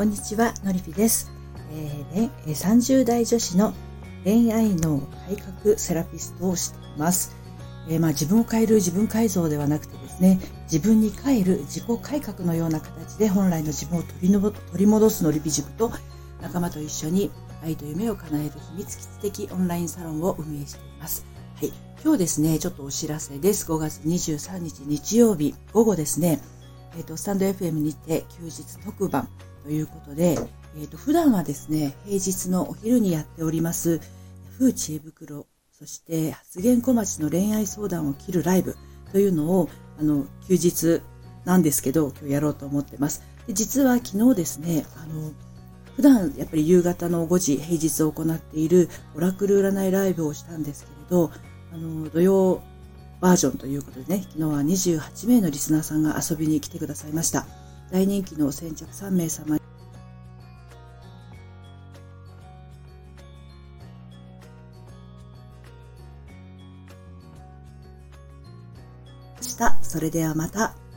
こんにちは、のりぴです。30代女子の恋愛脳改革セラピストをしています。自分を変える自分改造ではなくてですね、自分に変える自己改革のような形で本来の自分を取り戻すのりぴ塾と仲間と一緒に愛と夢を叶える秘密基地的オンラインサロンを運営しています。はい、今日ですね、ちょっとお知らせです。5月23日日曜日午後ですね、スタンド FM にて休日特番ということで、普段はですね、平日のお昼にやっております風知恵袋、そして発言小町の恋愛相談を切るライブというのを休日なんですけど今日やろうと思ってます。で、実は昨日ですね、普段やっぱり夕方の5時平日を行っているオラクル占いライブをしたんですけれど、土曜バージョンということでね、昨日は28名のリスナーさんが遊びに来てくださいました。大人気の先着3名様した。それではまた。